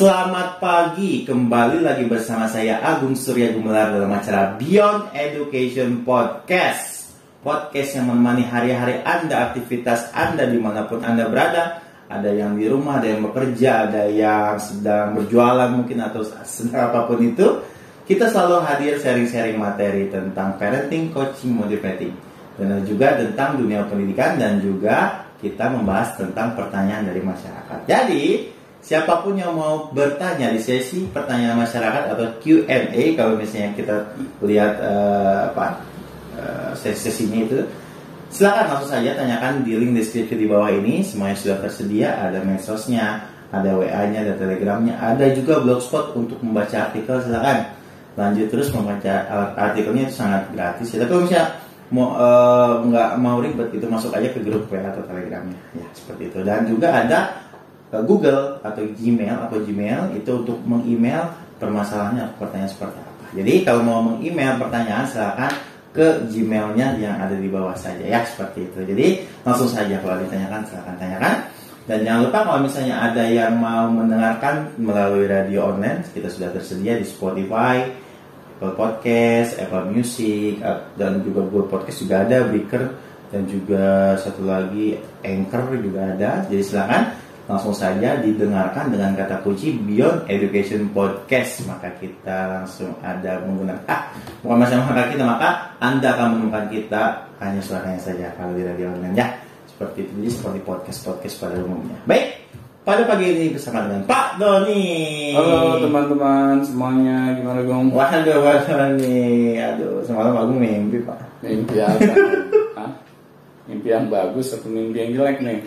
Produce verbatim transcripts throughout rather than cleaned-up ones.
Selamat pagi, kembali lagi bersama saya Agung Surya Gumelar dalam acara Beyond Education Podcast. Podcast yang menemani hari-hari Anda, aktivitas Anda dimanapun Anda berada. Ada yang di rumah, ada yang bekerja, ada yang sedang berjualan mungkin atau sedang apapun itu. Kita selalu hadir sharing-sharing materi tentang parenting, coaching, motivating. Dan juga tentang dunia pendidikan dan juga kita membahas tentang pertanyaan dari masyarakat. Jadi siapapun yang mau bertanya di sesi pertanyaan masyarakat atau Q and A, kalau misalnya kita lihat uh, apa uh, sesi-sesinya itu, silakan langsung saja tanyakan di link deskripsi di bawah ini. Semuanya sudah tersedia, ada medsosnya, ada W A-nya, ada Telegramnya, ada juga blogspot untuk membaca artikel. Silakan lanjut terus membaca artikelnya, itu sangat gratis. Tapi kalau misalnya mau uh, nggak mau ribet itu, masuk aja ke grup W A atau Telegramnya, ya seperti itu. Dan juga ada Google atau Gmail atau Gmail itu untuk meng-email permasalahannya atau pertanyaan seperti apa. Jadi kalau mau meng-email pertanyaan silakan ke Gmailnya yang ada di bawah saja, ya seperti itu. Jadi langsung saja kalau ditanyakan silakan tanyakan. Dan jangan lupa kalau misalnya ada yang mau mendengarkan melalui radio online, kita sudah tersedia di Spotify, Apple Podcast, Apple Music, dan juga Google Podcast juga ada, Breaker, dan juga satu lagi Anchor juga ada. Jadi silakan langsung saja didengarkan dengan kata kunci Beyond Education Podcast. Maka kita langsung ada menggunakan ah, bukan masalah maka kita, maka Anda akan menemukan kita hanya suaranya saja kalau di radio online, ya seperti itu. Jadi seperti podcast-podcast pada umumnya. Baik, pada pagi ini bersama dengan Pak Doni. Halo teman-teman semuanya, gimana Gong? Waduh, waduh nih, aduh semalam Agung mimpi Pak. Mimpi apa? Hah? Mimpi yang bagus atau mimpi yang jelek nih?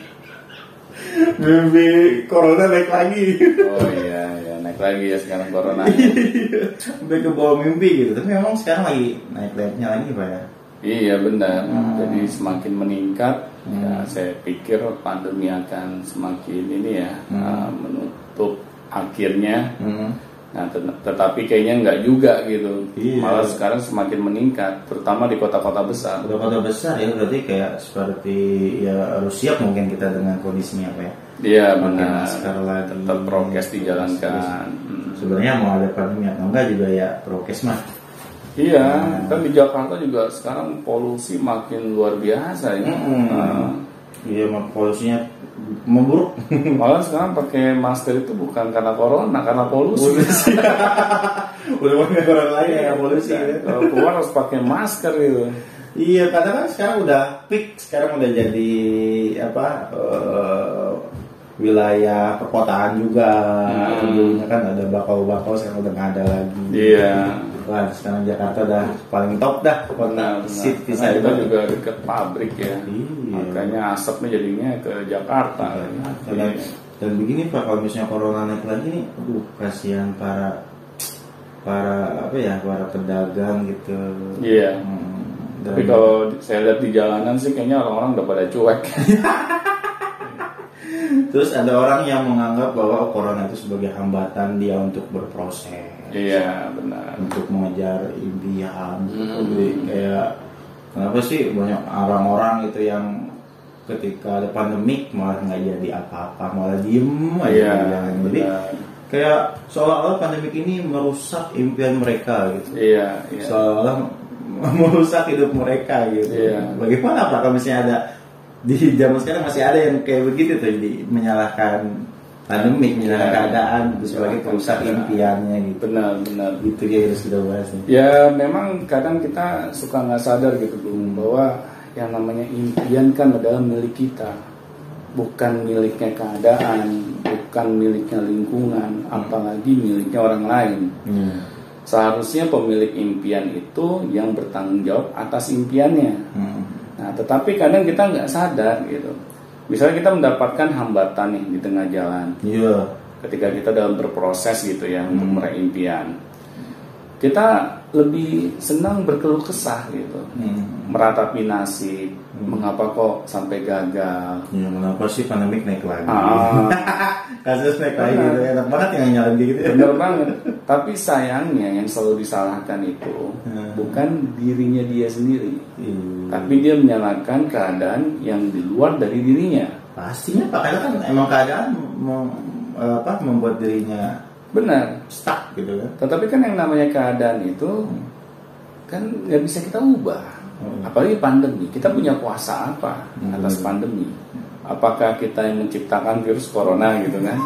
Mimpi corona naik lagi. Oh iya, ya naik lagi ya sekarang corona. Sampai ke bawah mimpi gitu. Tapi memang sekarang lagi naik-naiknya lagi Pak ya. Iya benar. Hmm. Jadi semakin meningkat. Hmm. Ya, saya pikir pandemi akan semakin ini ya hmm. uh, menutup akhirnya. Hmm. Nah, tet- tetapi kayaknya enggak juga gitu. Iya. Malah sekarang semakin meningkat, terutama di kota-kota besar. Kota-kota besar ya, berarti kayak seperti ya harus siap mungkin kita dengan kondisinya Pak ya. Iya benar. Lagi, tetap prokes dijalankan. Hmm. Sebenarnya mau ada pandemi atau enggak juga ya prokes mah. Iya, hmm. kan di Jakarta juga sekarang polusi makin luar biasa ya. Hmm. Nah, iya, polusinya memburuk. Malah sekarang pakai masker itu bukan karena corona, karena polusi. Udah pakai corona lain ya polusi. Ya. Kalau keluar harus pakai masker gitu. Iya, karena kan sekarang udah peak, sekarang udah jadi apa uh, wilayah perkotaan juga. Hmm. Dulunya kan ada bakau-bakau, sekarang udah nggak ada lagi. Iya. Wah, sekarang Jakarta udah paling top dah kota seat bisa itu juga dekat pabrik ya. Iya. Makanya asapnya jadinya ke Jakarta. Iya. Dan, dan begini Pak, kalau misalnya corona naik lagi nih, aduh kasihan para para apa ya, para pedagang gitu. Iya. Hmm, tapi kalau saya lihat di jalanan sih kayaknya orang-orang udah pada cuek. Terus ada orang yang menganggap bahwa corona itu sebagai hambatan dia untuk berproses. Iya benar. Untuk mengejar impian. Hmm. Jadi kayak kenapa sih banyak orang-orang itu yang ketika ada pandemik malah nggak jadi apa-apa, malah diem aja. Iya, jadi kayak seolah-olah pandemik ini merusak impian mereka gitu. Iya. Iya. Seolah merusak hidup mereka gitu. Iya. Bagaimana Pak kalau misalnya ada di zaman sekarang masih ada yang kayak begitu tuh, jadi menyalahkan pandemik, menyalahkan ya, keadaan itu sebagai perusak impiannya gitu. Benar, benar. Itu dia harus kita bahas. Ya memang kadang kita suka nggak sadar gitu Bung, bahwa yang namanya impian kan adalah milik kita, bukan miliknya keadaan, bukan miliknya lingkungan, hmm. apalagi miliknya orang lain. Hmm. Seharusnya pemilik impian itu yang bertanggung jawab atas impiannya. Hmm. Nah, tetapi kadang kita nggak sadar gitu. Misalnya kita mendapatkan hambatan nih di tengah jalan. Iya. Ketika kita dalam berproses gitu ya hmm. untuk meraih impian, kita lebih senang berkeluh kesah gitu, hmm. meratapi nasib. Hmm. Mengapa kok sampai gagal? Ya, mengapa sih pandemik naik lagi? Ah. Kasus naik lagi gitu, enak banget yang nyalain gitu. Bener banget. Tapi sayangnya yang selalu disalahkan itu hmm. bukan dirinya dia sendiri, hmm. tapi dia menyalahkan keadaan yang di luar dari dirinya. Pastinya Pak, karena kan emang keadaan mau apa membuat dirinya Benar. Stuck gitu kan. Tetapi kan yang namanya keadaan itu hmm. kan nggak bisa kita ubah. Hmm. Apalagi pandemi. Kita punya kuasa apa hmm. atas pandemi? Apakah kita yang menciptakan virus corona gitu kan?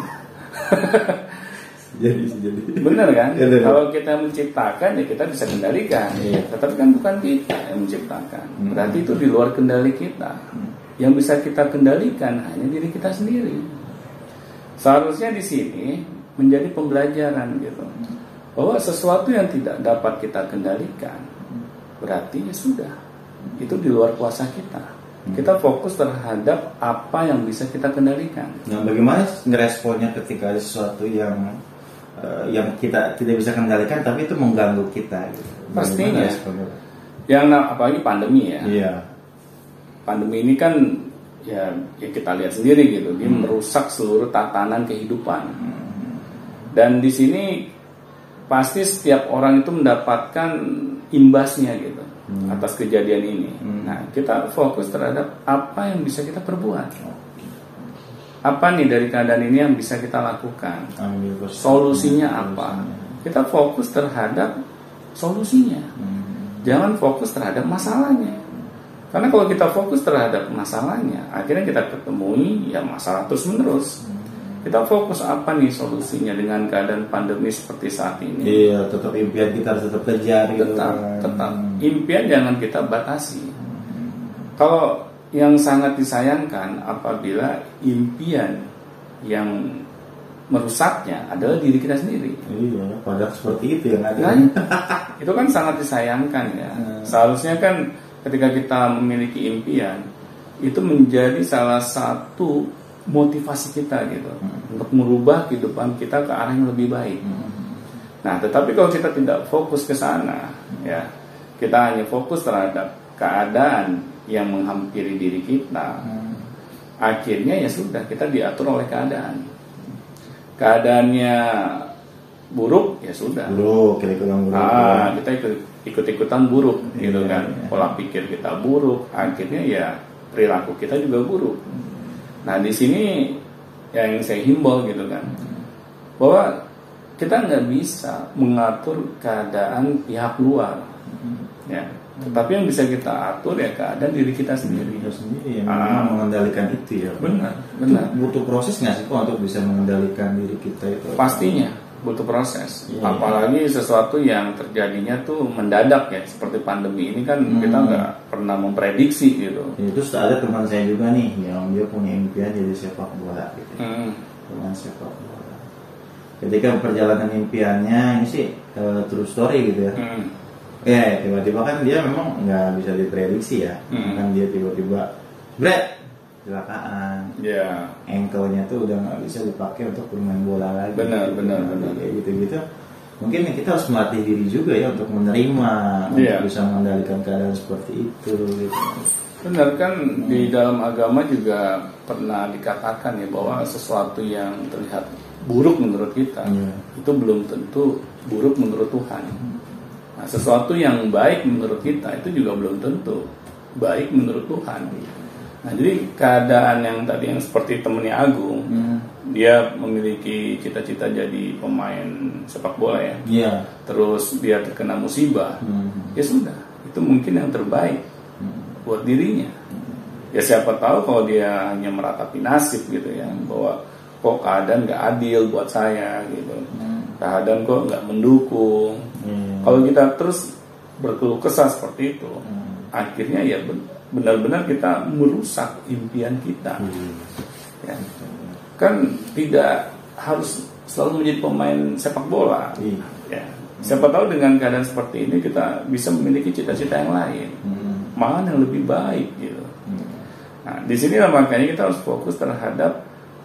jadi, jadi. Benar kan? Ya, kalau kita menciptakan ya kita bisa kendalikan. Ya. Tetapi kan bukan kita yang menciptakan. Hmm. Berarti itu di luar kendali kita. Hmm. Yang bisa kita kendalikan hanya diri kita sendiri. Seharusnya di sini menjadi pembelajaran gitu, bahwa sesuatu yang tidak dapat kita kendalikan berarti ya sudah, itu di luar kuasa kita. Kita fokus terhadap apa yang bisa kita kendalikan. Nah, bagaimana ngeresponnya ketika ada sesuatu yang uh, yang kita tidak bisa kendalikan tapi itu mengganggu kita gitu. Pastinya. Yang apalagi pandemi ya. Iya. Pandemi ini kan ya, ya kita lihat sendiri gitu, dia hmm. merusak seluruh tatanan kehidupan. Hmm. Dan di sini pasti setiap orang itu mendapatkan imbasnya gitu hmm. atas kejadian ini. Hmm. Nah, kita fokus terhadap apa yang bisa kita perbuat. Apa nih dari keadaan ini yang bisa kita lakukan? Ambil solusinya apa? Kita fokus terhadap solusinya. Hmm. Jangan fokus terhadap masalahnya. Karena kalau kita fokus terhadap masalahnya, akhirnya kita ketemui ya masalah terus menerus. Hmm. Kita fokus apa nih solusinya dengan keadaan pandemi seperti saat ini? Iya, tetap impian kita harus tetap kejar. Tetap, gitu. tetap. Impian jangan kita batasi. Hmm. Kalau yang sangat disayangkan apabila impian yang merusaknya adalah diri kita sendiri. Iya, padahal seperti itu yang ada. Nah, itu kan sangat disayangkan ya. Hmm. Seharusnya kan ketika kita memiliki impian itu menjadi salah satu motivasi kita gitu hmm. untuk merubah kehidupan kita ke arah yang lebih baik. Hmm. Nah, tetapi kalau kita tidak fokus ke sana, hmm. ya kita hanya fokus terhadap keadaan yang menghampiri diri kita, hmm. akhirnya ya sudah kita diatur oleh keadaan. Keadaannya buruk ya sudah. Buruk, ikut-ikutan buruk. Ah, kita ikut ikut-ikutan buruk, yeah, gitu kan. Yeah. Pola pikir kita buruk, akhirnya ya perilaku kita juga buruk. Nah, di sini yang saya himbau gitu kan, bahwa kita nggak bisa mengatur keadaan pihak luar, ya. Tetapi yang bisa kita atur ya keadaan diri kita sendiri. Kita sendiri yang ah, mengendalikan itu ya. Benar, benar. Itu butuh proses nggak sih kok untuk bisa mengendalikan diri kita itu? Pastinya butuh proses. Ya, apalagi ya. Sesuatu yang terjadinya tuh mendadak ya, seperti pandemi ini kan hmm. kita nggak pernah memprediksi gitu. Ya, terus ada teman saya juga nih yang dia punya impian jadi sepak bola gitu. Hmm. Teman sepak bola. Ketika perjalanan impiannya ini sih uh, true story gitu ya. Hmm. Ya tiba-tiba kan dia memang nggak bisa diprediksi ya. Hmm. Kan dia tiba-tiba berat kecelakaan, yeah. ankle-nya tuh udah nggak bisa dipakai untuk bermain bola lagi. Benar, benar, benar. Kayak gitu-gitu. Mungkin kita harus melatih diri juga ya untuk menerima, yeah. untuk bisa mengendalikan keadaan seperti itu. Gitu. Benar kan hmm. di dalam agama juga pernah dikatakan ya bahwa sesuatu yang terlihat buruk menurut kita yeah. itu belum tentu buruk menurut Tuhan. Nah, sesuatu yang baik menurut kita itu juga belum tentu baik menurut Tuhan. Nah, jadi keadaan yang tadi yang seperti temennya Agung, hmm. dia memiliki cita-cita jadi pemain sepak bola ya. Yeah. Terus dia terkena musibah, hmm. ya sudah, itu mungkin yang terbaik hmm. buat dirinya. Hmm. Ya siapa tahu kalau dia hanya meratapi nasib gitu ya, bahwa kok keadaan nggak adil buat saya gitu, hmm. keadaan kok nggak mendukung. Hmm. Kalau kita terus berkeluh kesah seperti itu, hmm. akhirnya ya benar. benar-benar kita merusak impian kita. Hmm. Ya. Kan tidak harus selalu menjadi pemain sepak bola. Hmm. Ya. Siapa tahu dengan keadaan seperti ini kita bisa memiliki cita-cita yang lain, hmm. malah yang lebih baik gitu. Hmm. Nah, di sini makanya kita harus fokus terhadap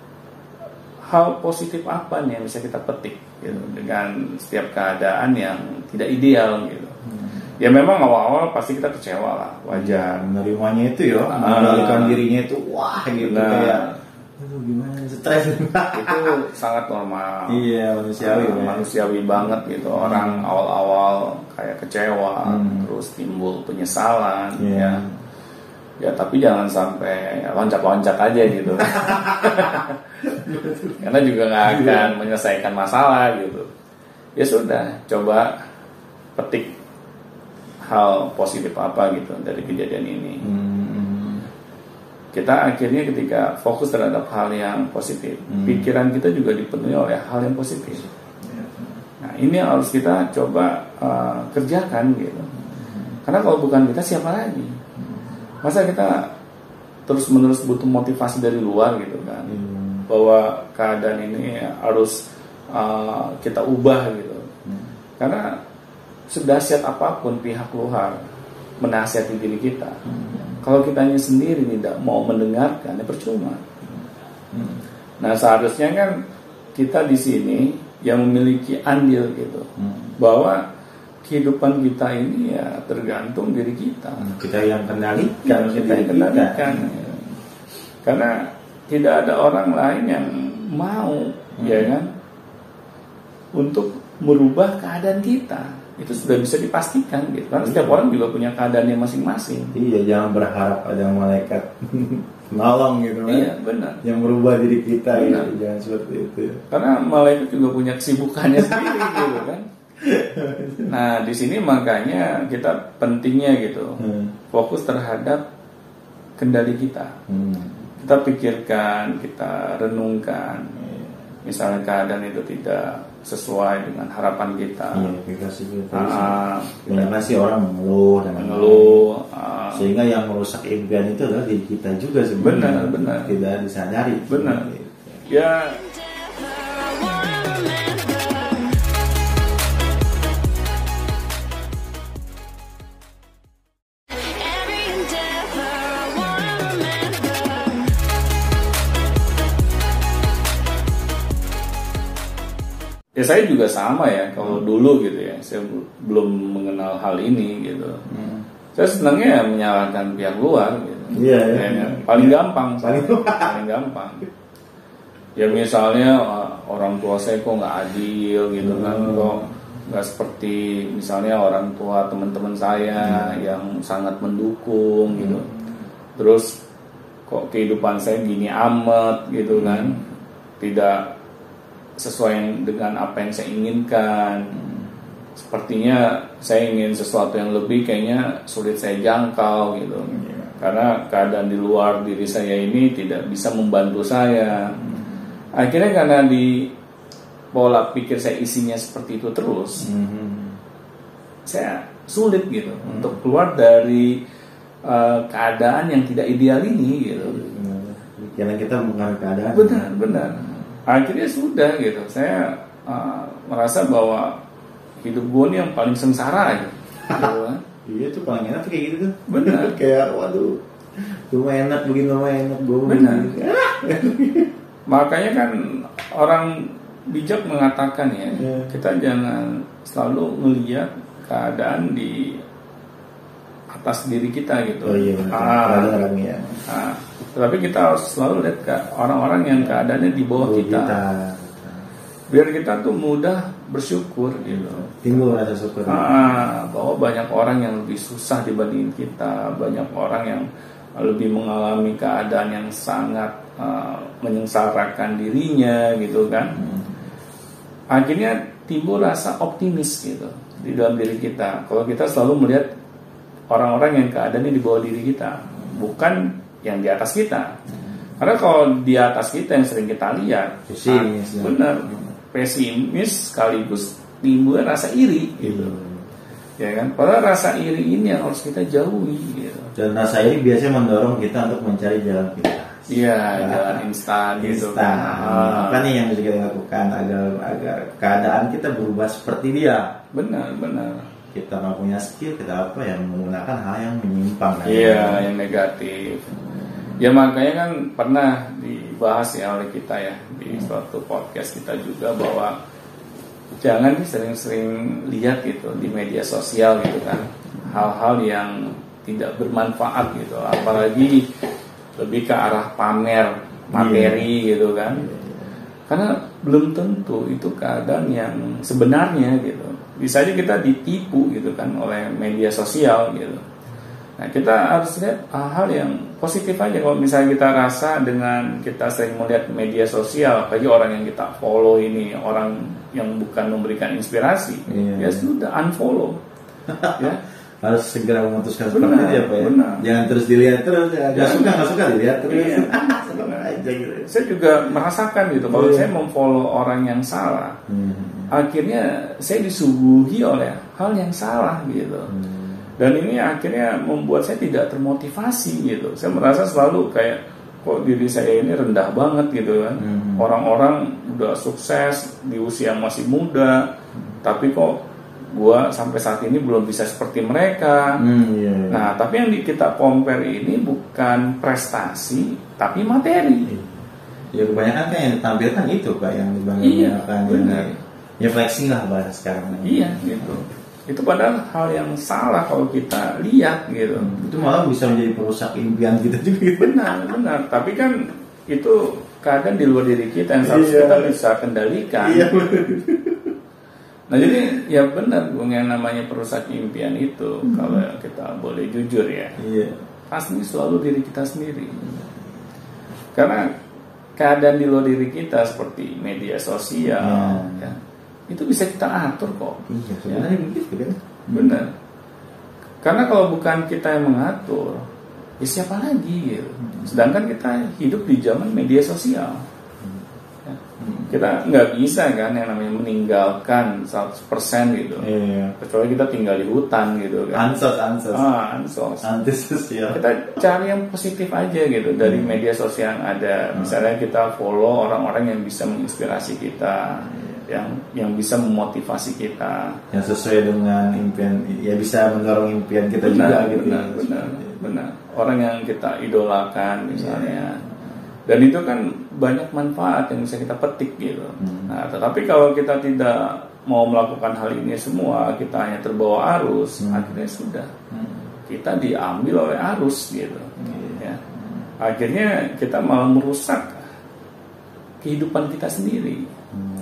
hal positif apa nih yang bisa kita petik gitu, dengan setiap keadaan yang tidak ideal gitu. Hmm. Ya memang awal-awal pasti kita kecewa lah, wajar. Menerimanya itu ya, mengendalikan dirinya itu wah gitu nah, kayak aduh gimana stres. Itu sangat normal. Iya, manusiawi nah, manusiawi banget gitu. Hmm. Orang awal-awal kayak kecewa, hmm. terus timbul penyesalan yeah. ya. Ya tapi jangan sampai loncat-loncat aja gitu. karena juga nggak akan menyelesaikan masalah gitu. Ya sudah, coba petik hal positif apa gitu dari kejadian ini. Hmm. Kita akhirnya ketika fokus terhadap hal yang positif, hmm. pikiran kita juga dipenuhi oleh hal yang positif. Nah, ini yang harus kita coba uh, kerjakan gitu. Karena kalau bukan kita, siapa lagi? Masa kita terus-menerus butuh motivasi dari luar gitu kan? Hmm. Bahwa keadaan ini harus uh, kita ubah gitu. Hmm. Karena sedahsyat apapun pihak luar menasihati diri kita, hmm. kalau kitanya sendiri tidak mau mendengarkan, ya percuma. Hmm. Nah, seharusnya kan kita di sini yang memiliki andil gitu, hmm. bahwa kehidupan kita ini ya tergantung diri kita. Hmm. Kita yang kendalikan, kita yang kendalikan. Ya. Karena tidak ada orang lain yang mau, hmm. ya kan, untuk merubah keadaan kita. Itu sudah bisa dipastikan gitu. Karena setiap orang juga punya keadaannya masing-masing. Iya, jangan berharap ada malaikat nolong gitu kan. Iya, benar. Yang merubah diri kita gitu. Jangan seperti itu. Karena malaikat juga punya kesibukannya sendiri gitu kan. Nah, di sini makanya kita pentingnya gitu. Hmm. Fokus terhadap kendali kita. Hmm. Kita pikirkan, kita renungkan. Hmm. Misalnya keadaan itu tidak sesuai dengan harapan kita. Iya, kita sih kita ah, karena sih orang mengeluh dan mengeluh, ah, sehingga yang merusak impian itu adalah diri kita juga sebenarnya. Benar, benar. Tidak disadari. Benar. Ya. Ya saya juga sama ya, kalau hmm. dulu gitu ya, saya belum mengenal hal ini gitu. Hmm. Saya senangnya ya menyalahkan pihak luar gitu. Iya, ya, ya, ya. Paling ya. gampang, paling, paling gampang. Ya misalnya orang tua saya kok nggak adil gitu hmm. kan, kok nggak seperti misalnya orang tua teman-teman saya hmm. yang sangat mendukung gitu. Terus kok kehidupan saya gini amat gitu kan, tidak sesuai dengan apa yang saya inginkan. hmm. Sepertinya saya ingin sesuatu yang lebih, kayaknya sulit saya jangkau gitu. yeah. Karena keadaan di luar diri saya ini tidak bisa membantu saya. hmm. Akhirnya karena di pola pikir saya isinya seperti itu terus, hmm. saya sulit gitu hmm. untuk keluar dari uh, keadaan yang tidak ideal ini gitu. Karena kita mengalami keadaan. Benar, benar. Akhirnya sudah gitu, saya uh, merasa bahwa hidup gue ini yang paling sengsara gitu. Iya tuh paling enak kayak gitu tuh. Benar. Kayak waduh, rumah enak begini, rumah enak gue. Benar. Makanya kan orang bijak mengatakan ya, yeah. kita jangan selalu melihat keadaan di atas diri kita gitu. Oh iya, ah, ya. ah. Tapi kita harus selalu lihat ke orang-orang yang keadaannya di bawah oh, kita. kita. Biar kita tuh mudah bersyukur gitu. Timbul rasa syukur. Ah, bahwa banyak orang yang lebih susah dibanding kita, banyak orang yang lebih mengalami keadaan yang sangat uh, menyengsarakan dirinya gitu kan. Hmm. Akhirnya timbul rasa optimis gitu di dalam diri kita. Kalau kita selalu melihat orang-orang yang keadaannya di bawah diri kita, bukan yang di atas kita. Karena kalau di atas kita yang sering kita lihat, pesimis, ah, benar, pesimis sekaligus timbul rasa iri gitu. Ya kan? Padahal rasa iri ini yang harus kita jauhi gitu. Dan rasa iri biasanya mendorong kita untuk mencari jalan kita. Iya, nah, jalan instan gitu. Instan. Ah. Apa nih yang bisa kita lakukan agar agar keadaan kita berubah seperti dia? Benar, benar. Kita nggak punya skill, kita apa yang menggunakan hal yang menyimpang. Iya, yang negatif. Ya makanya kan pernah dibahas ya oleh kita ya di suatu podcast kita juga bahwa jangan sering-sering lihat gitu di media sosial gitu kan hal-hal yang tidak bermanfaat gitu, apalagi lebih ke arah pamer materi yeah. gitu kan, karena belum tentu itu keadaan yang sebenarnya gitu. Bisa aja kita ditipu gitu kan oleh media sosial gitu. Nah, kita harus lihat hal-hal yang positif aja. Kalau misalnya kita rasa dengan kita sering melihat media sosial, apalagi orang yang kita follow ini orang yang bukan memberikan inspirasi, iya, ya sudah unfollow. Ya. Harus segera memutuskan Benar, seperti itu ya Pak ya. benar. Jangan terus dilihat terus ya. Gak Jangan. suka gak suka dilihat terus. Iya. Senang aja gitu. Saya juga merasakan gitu. Kalau Iya. saya memfollow orang yang salah, Hmm. akhirnya saya disuguhi oleh hal yang salah gitu. Hmm. Dan ini akhirnya membuat saya tidak termotivasi gitu. Saya merasa selalu kayak kok diri saya ini rendah banget gitu kan. Hmm. Orang-orang udah sukses di usia masih muda, hmm. tapi kok gua sampai saat ini belum bisa seperti mereka. Hmm, iya, iya. Nah, tapi yang di- kita compare ini bukan prestasi, tapi materi. Ya kebanyakan kan yang ditampilkan itu Pak yang Iya, dibanggakan benar. ya flexing lah bahasa sekarang. Iya gitu. Itu padahal hal yang salah kalau kita lihat gitu. Itu malah bisa menjadi perusak impian kita juga. Benar, benar. Tapi kan itu keadaan di luar diri kita yang harus Iya. kita bisa kendalikan. Iya. Nah jadi ya benar Bung, yang namanya perusak impian itu kalau kita boleh jujur ya, Iya. pasti selalu diri kita sendiri. Karena keadaan di luar diri kita seperti media sosial, Hmm. ya, itu bisa kita atur kok. Iya, sebenarnya begitu kan. Benar. Karena kalau bukan kita yang mengatur, ya siapa lagi gitu. Sedangkan kita hidup di zaman media sosial. Ya. Kita nggak bisa kan yang namanya meninggalkan seratus persen gitu. Iya. Kecuali kita tinggal di hutan gitu kan. Ansos, ansos. Ah, ansos. Antisosial. Kita cari yang positif aja gitu dari media sosial yang ada. Misalnya kita follow orang-orang yang bisa menginspirasi kita, yang yang bisa memotivasi kita. Yang sesuai dengan impian, ya bisa mendorong impian kita juga gitu. benar, benar, benar. Orang yang kita idolakan misalnya. Dan itu kan banyak manfaat yang bisa kita petik gitu. Hmm. Nah, tetapi kalau kita tidak mau melakukan hal ini semua, kita hanya terbawa arus, Hmm. akhirnya sudah Hmm. kita diambil oleh arus gitu. Hmm. Ya. Akhirnya kita malah merusak kehidupan kita sendiri. Hmm.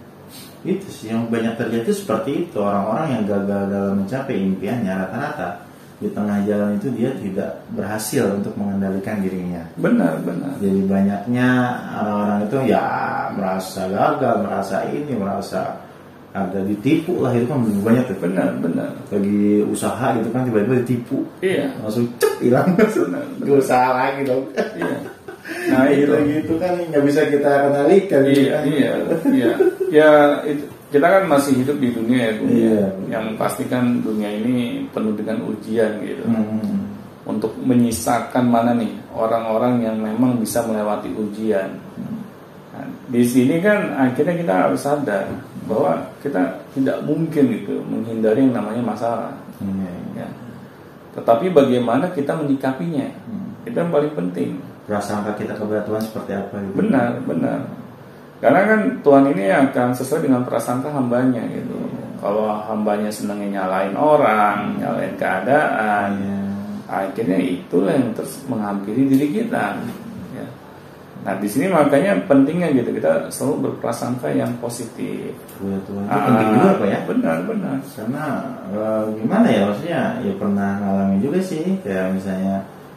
Itu sih yang banyak terjadi seperti itu. Orang-orang yang gagal dalam mencapai impiannya rata-rata di tengah jalan itu dia tidak berhasil untuk mengendalikan dirinya. Benar, benar. Jadi banyaknya orang-orang itu ya merasa gagal, merasa ini, merasa ada ditipu lah, itu kan banyak tuh. Benar, benar. Lagi usaha gitu kan tiba-tiba ditipu, Iya. langsung cep hilang, Benar, gak usaha lagi dong. Iya. Nah, itu gitu kan nggak bisa kita kendalikan. Iya, iya, iya. Ya, itu, kita kan masih hidup di dunia ya, Bung. Iya. Yang pasti kan dunia ini penuh dengan ujian gitu. Hmm. Untuk menyisakan mana nih orang-orang yang memang bisa melewati ujian. Nah, di sini kan akhirnya kita harus sadar bahwa kita tidak mungkin gitu menghindari yang namanya masalah. Iya. Ya. Tetapi bagaimana kita menyikapinya, Hmm. itu yang paling penting. Prasangka kita kepada Tuhan seperti apa gitu. Benar, benar. Karena kan Tuhan ini akan sesuai dengan prasangka hambanya gitu. Kalau hambanya senangnya nyalain orang, nyalain keadaan, Iya. akhirnya itulah yang terus menghampiri diri kita. Ya. Nah di sini makanya pentingnya gitu kita selalu berprasangka yang positif. Kepada Tuhan itu penting juga Pak ya. Benar, benar. Karena eh, gimana ya, maksudnya ya pernah ngalamin juga sih, kayak misalnya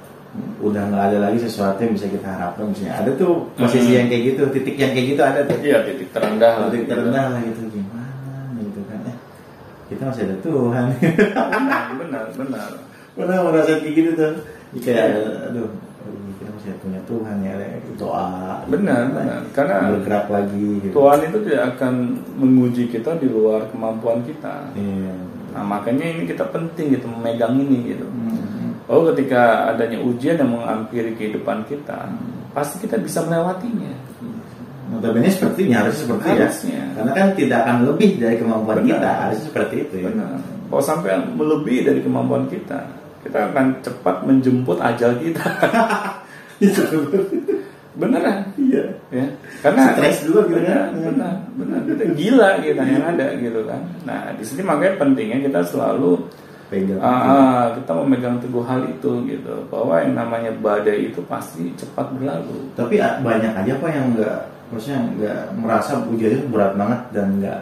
udah nggak ada lagi sesuatu yang bisa kita harapkan, misalnya ada tuh posisi Hmm. yang kayak gitu, titik yang kayak gitu ada tuh. Iya, titik terendah lah Titik gitu. terendah lah gitu, gimana gitu kan ya, kita masih ada Tuhan. Benar, benar, benar. Pernah merasa kayak gitu tuh, kayak aduh kita masih punya Tuhan ya, doa Benar, benar. Karena bergerak lagi gitu. Tuhan itu tidak akan menguji kita di luar kemampuan kita. Iya. Nah makanya ini kita penting gitu memegang ini gitu. Hmm. Oh ketika adanya ujian yang menghampiri kehidupan kita, pasti kita bisa melewatinya. Notabene sepertinya harusnya seperti Harusnya. ya, karena kan tidak akan lebih dari kemampuan Benar. kita, harusnya seperti itu ya. Benar. Kalau sampai melebihi dari kemampuan kita, kita akan cepat menjemput ajal kita. Beneran. Iya. Ya. Karena Stres dulu gitu benar, kan. benar, benar. Kita gila kita yang ada gitu kan. Nah di sini makanya pentingnya kita selalu Pegang. Ah, ah, kita memegang teguh hal itu gitu, bahwa yang namanya badai itu pasti cepat berlalu. Tapi ah, banyak aja Pak yang nggak, maksudnya nggak merasa ujian itu berat banget dan nggak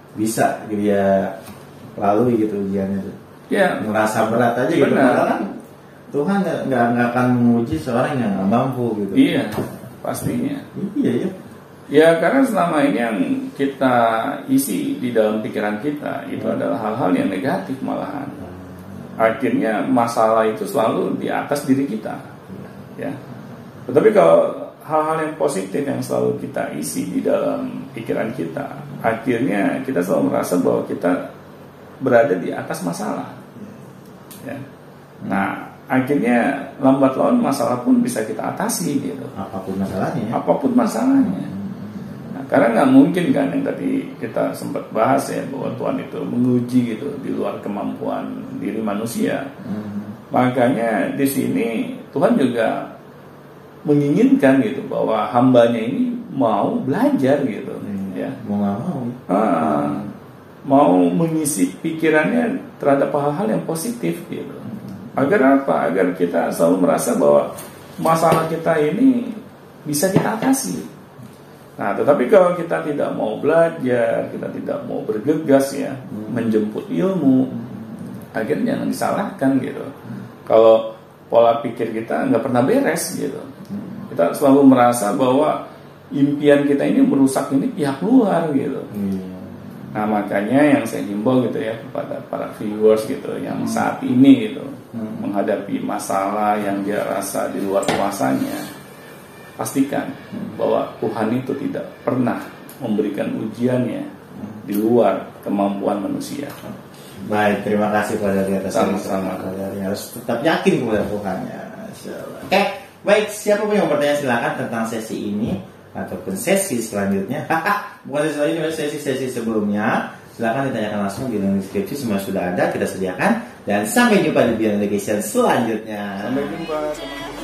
bisa dia lalui gitu ujiannya tuh. Ya, Merasa berat aja gitu. Benar. Padahal kan Tuhan nggak nggak akan menguji seorang yang nggak mampu gitu. Iya, pastinya. Iya ya. Ya karena selama ini yang kita isi di dalam pikiran kita itu adalah hal-hal yang negatif malahan. Akhirnya masalah itu selalu di atas diri kita. Ya. Tetapi kalau hal-hal yang positif yang selalu kita isi di dalam pikiran kita, akhirnya kita selalu merasa bahwa kita berada di atas masalah. Ya. Nah, akhirnya lambat laun masalah pun bisa kita atasi gitu. Apapun masalahnya. Apapun masalahnya. Nah, karena nggak mungkin kan yang tadi kita sempat bahas ya bahwa Tuhan itu menguji gitu di luar kemampuan diri manusia. Hmm. Makanya di sini Tuhan juga menginginkan gitu bahwa hambanya ini mau belajar gitu. Hmm. Ya. Mau nggak mau. Ah, mau mengisi pikirannya terhadap hal-hal yang positif gitu. Agar apa? Agar kita selalu merasa bahwa masalah kita ini bisa kita atasi. Nah, tetapi kalau kita tidak mau belajar, kita tidak mau bergegas ya, hmm. menjemput ilmu, akhirnya jangan disalahkan gitu. Hmm. Kalau pola pikir kita nggak pernah beres gitu, hmm. kita selalu merasa bahwa impian kita ini merusak ini pihak luar gitu. Hmm. Nah, makanya yang saya himbau gitu ya kepada para viewers gitu yang hmm. saat ini gitu hmm. menghadapi masalah yang dia rasa di luar kuasanya, pastikan hmm. bahwa Tuhan itu tidak pernah memberikan ujiannya hmm. di luar kemampuan manusia. Baik, terima kasih pada atas sama-sama. Kalian harus tetap yakin kepada Tuhan ya. Oke, baik, siapa pun yang bertanya silakan tentang sesi ini ataupun sesi selanjutnya. Bukan sesi selanjutnya, sesi-sesi sebelumnya. Silakan ditanyakan langsung di link deskripsi, semua sudah ada, kita sediakan. Dan sampai jumpa di Beyond Education selanjutnya. Sampai jumpa teman-teman.